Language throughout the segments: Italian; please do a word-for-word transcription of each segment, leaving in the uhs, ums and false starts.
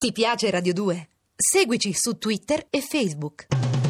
Ti piace Radio due? Seguici su Twitter e Facebook.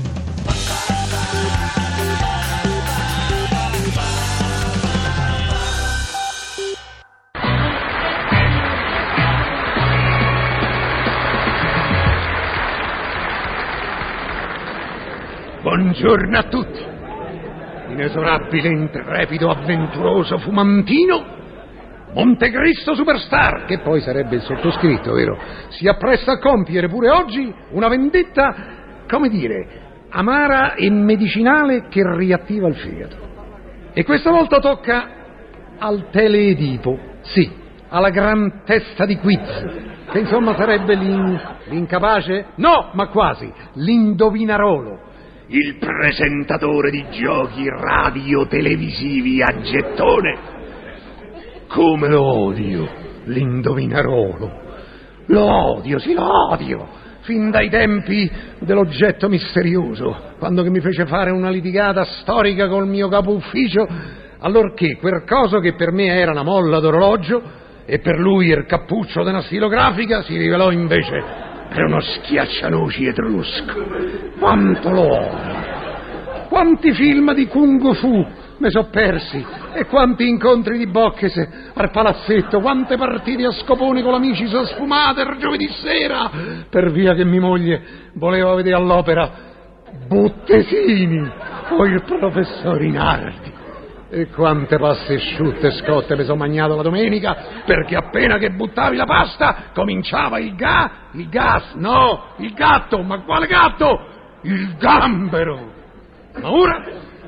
Buongiorno a tutti. Inesorabile, intrepido, avventuroso, fumantino Montecristo Superstar, che poi sarebbe il sottoscritto, vero? Si appresta a compiere pure oggi una vendetta, come dire, amara e medicinale che riattiva il fegato. E questa volta tocca al Teleedipo, sì, alla gran testa di quiz, che insomma sarebbe l'in... l'incapace? No, ma quasi, l'indovinarolo. Il presentatore di giochi radio-televisivi a gettone. Come lo odio, l'indovinarolo. Lo odio, sì, lo odio. Fin dai tempi dell'oggetto misterioso, quando che mi fece fare una litigata storica col mio capo ufficio, allorché quel coso che per me era una molla d'orologio e per lui il cappuccio della stilografica si rivelò invece era uno schiaccianoci etrusco. Quanto lo odio. Quanti film di Kung Fu mi so persi, e quanti incontri di bocchese al palazzetto, quante partite a scoponi con amici so sfumate il giovedì sera, per via che mia moglie voleva vedere all'opera Bottesini o il professor Rinaldi. E quante paste asciutte e scotte mi sono mangiato la domenica, perché appena che buttavi la pasta cominciava il ga, il gas, no, il gatto, ma quale gatto? Il gambero. Ma ora,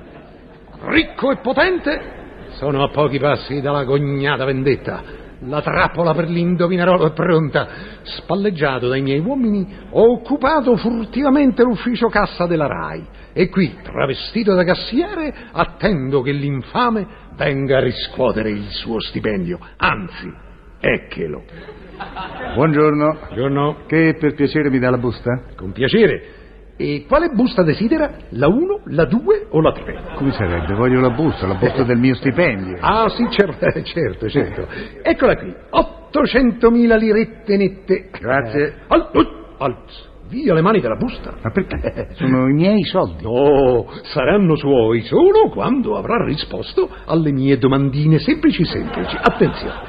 ricco e potente, sono a pochi passi dalla cognata vendetta. La trappola per l'indovinarolo è pronta. Spalleggiato dai miei uomini, ho occupato furtivamente l'ufficio cassa della RAI. E qui, travestito da cassiere, attendo che l'infame venga a riscuotere il suo stipendio. Anzi, ecchelo. Buongiorno. Buongiorno. Che per piacere mi dà la busta? Con piacere. E quale busta desidera? La uno, la due o la tre? Come sarebbe? Voglio la busta, la busta del mio stipendio. Ah, sì, certo, certo, certo. Eccola qui, ottocentomila lirette nette. Grazie. Alto, alto, via le mani dalla busta. Ma perché? Sono i miei soldi. No, saranno suoi solo quando avrà risposto alle mie domandine semplici semplici. Attenzione.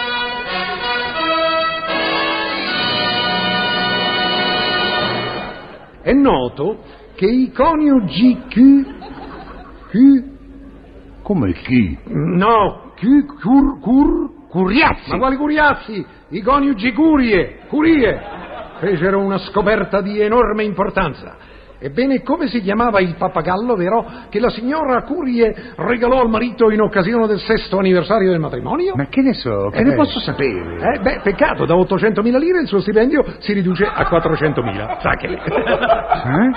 È noto che i coniugi Q... Q... Come chi? No, Q... Cur... Cur... Curiazzi. Ma quali Curiazzi? I coniugi Curie, Curie, fecero una scoperta di enorme importanza. Ebbene, come si chiamava il pappagallo, vero, che la signora Curie regalò al marito in occasione del sesto anniversario del matrimonio? Ma che ne so? Che E ne ne posso sapere? Eh, beh, peccato, da ottocentomila lire il suo stipendio si riduce a quattrocentomila. Sacchele. Eh?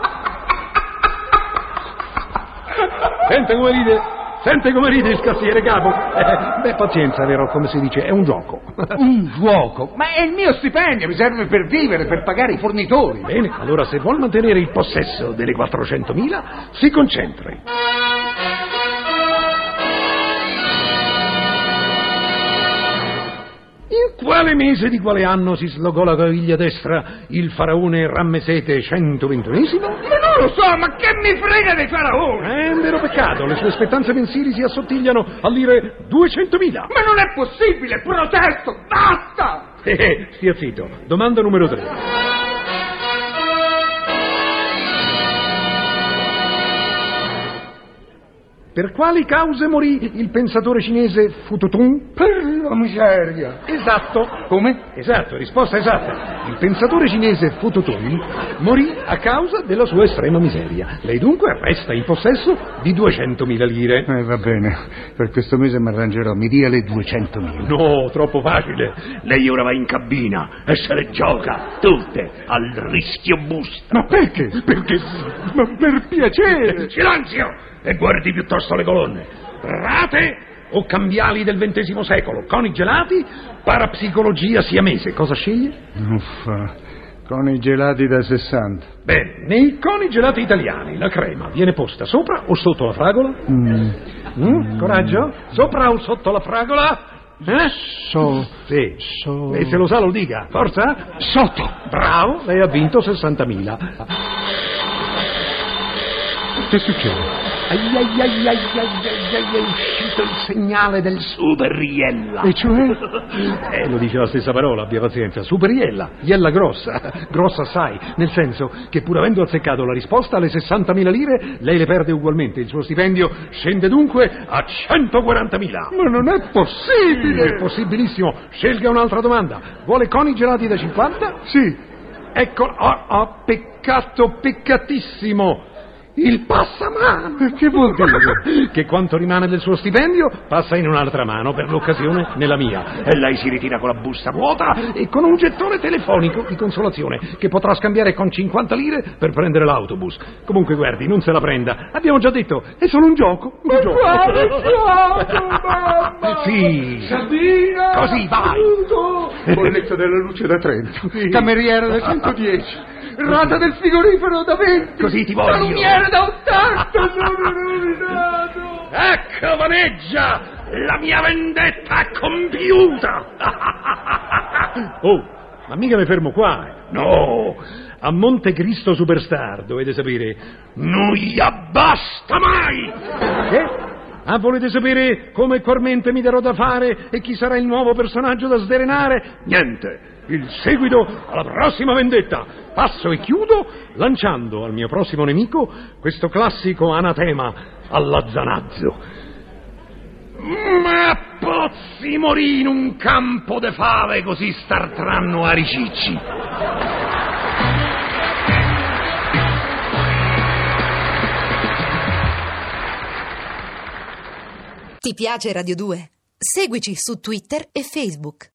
Sente come ride, sente come ride il cassiere capo. Eh, beh, pazienza, vero, come si dice, è un gioco. Un gioco? Ma è il mio stipendio, mi serve per vivere, per pagare i fornitori. Bene, allora se vuol mantenere il possesso delle quattrocentomila, si concentri. In quale mese di quale anno si slogò la caviglia destra il faraone Rammesete centoventunesimo? Ma non lo so, ma che mi frega dei faraoni? È un vero peccato, le sue spettanze mensili si assottigliano al dire duecentomila. Ma non è possibile, protesto, basta! Eh, eh, stia zitto. Domanda numero tre. Per quali cause morì il pensatore cinese Fu Tun? Per la miseria. Esatto. Come? Esatto, risposta esatta. Il pensatore cinese Fu Tun morì a causa della sua estrema miseria. Lei dunque resta in possesso di duecentomila lire. Eh, va bene, per questo mese mi arrangerò, mi dia le duecentomila. No, troppo facile. Lei ora va in cabina e se le gioca tutte al rischio busta. Ma perché? Perché? Ma per piacere! Silenzio! E guardi piuttosto le colonne. Rate o cambiali del ventesimo secolo? Coni gelati, parapsicologia siamese. Cosa sceglie? Uffa, coni gelati da sessanta. Bene, nei coni gelati italiani la crema viene posta sopra o sotto la fragola? Mm. Mm? Coraggio? Sopra o sotto la fragola? Eh? So... Sì. So... E se lo sa lo dica. Forza. Sotto. Bravo, lei ha vinto sessantamila. Che succede? Ai ai ai ai ai ai ai, è uscito il segnale del super iella. E cioè? Eh, lo dice la stessa parola, abbia pazienza. Super iella, iella grossa. Grossa assai, nel senso che pur avendo azzeccato la risposta alle sessantamila lire, lei le perde ugualmente. Il suo stipendio scende dunque a centoquarantamila. Ma non è possibile! È possibilissimo. Scelga un'altra domanda. Vuole coni gelati da cinquanta? Sì. Ecco, oh, oh, peccato, peccatissimo. Il passamano! Che vuol dire? Che quanto rimane del suo stipendio passa in un'altra mano, per l'occasione nella mia. E lei si ritira con la busta vuota e con un gettone telefonico di consolazione che potrà scambiare con cinquanta lire per prendere l'autobus. Comunque guardi, non se la prenda. Abbiamo già detto, è solo un gioco. Un Ma gioco. quale gioco, mamma? Sì. Sabina! Così, vai. Aiuto! Bolletta della luce da trenta. Sì. Cameriera da centodieci. Rata del frigorifero da venti. Così ti voglio. Salumiere da ottanta. Sono rovinato. Ecco, vaneggia! La mia vendetta è compiuta! Oh, ma mica mi fermo qua, eh. No! A Monte Cristo Superstar, dovete sapere, non gli abbasta mai! Che? Ah, volete sapere come e qualmente mi darò da fare e chi sarà il nuovo personaggio da sdrenare? Niente! Il seguito alla prossima vendetta. Passo e chiudo lanciando al mio prossimo nemico questo classico anatema alla Zanazzo. Ma pozzi morì in un campo de fave, così startranno a ricicci. Ti piace Radio due? Seguici su Twitter e Facebook.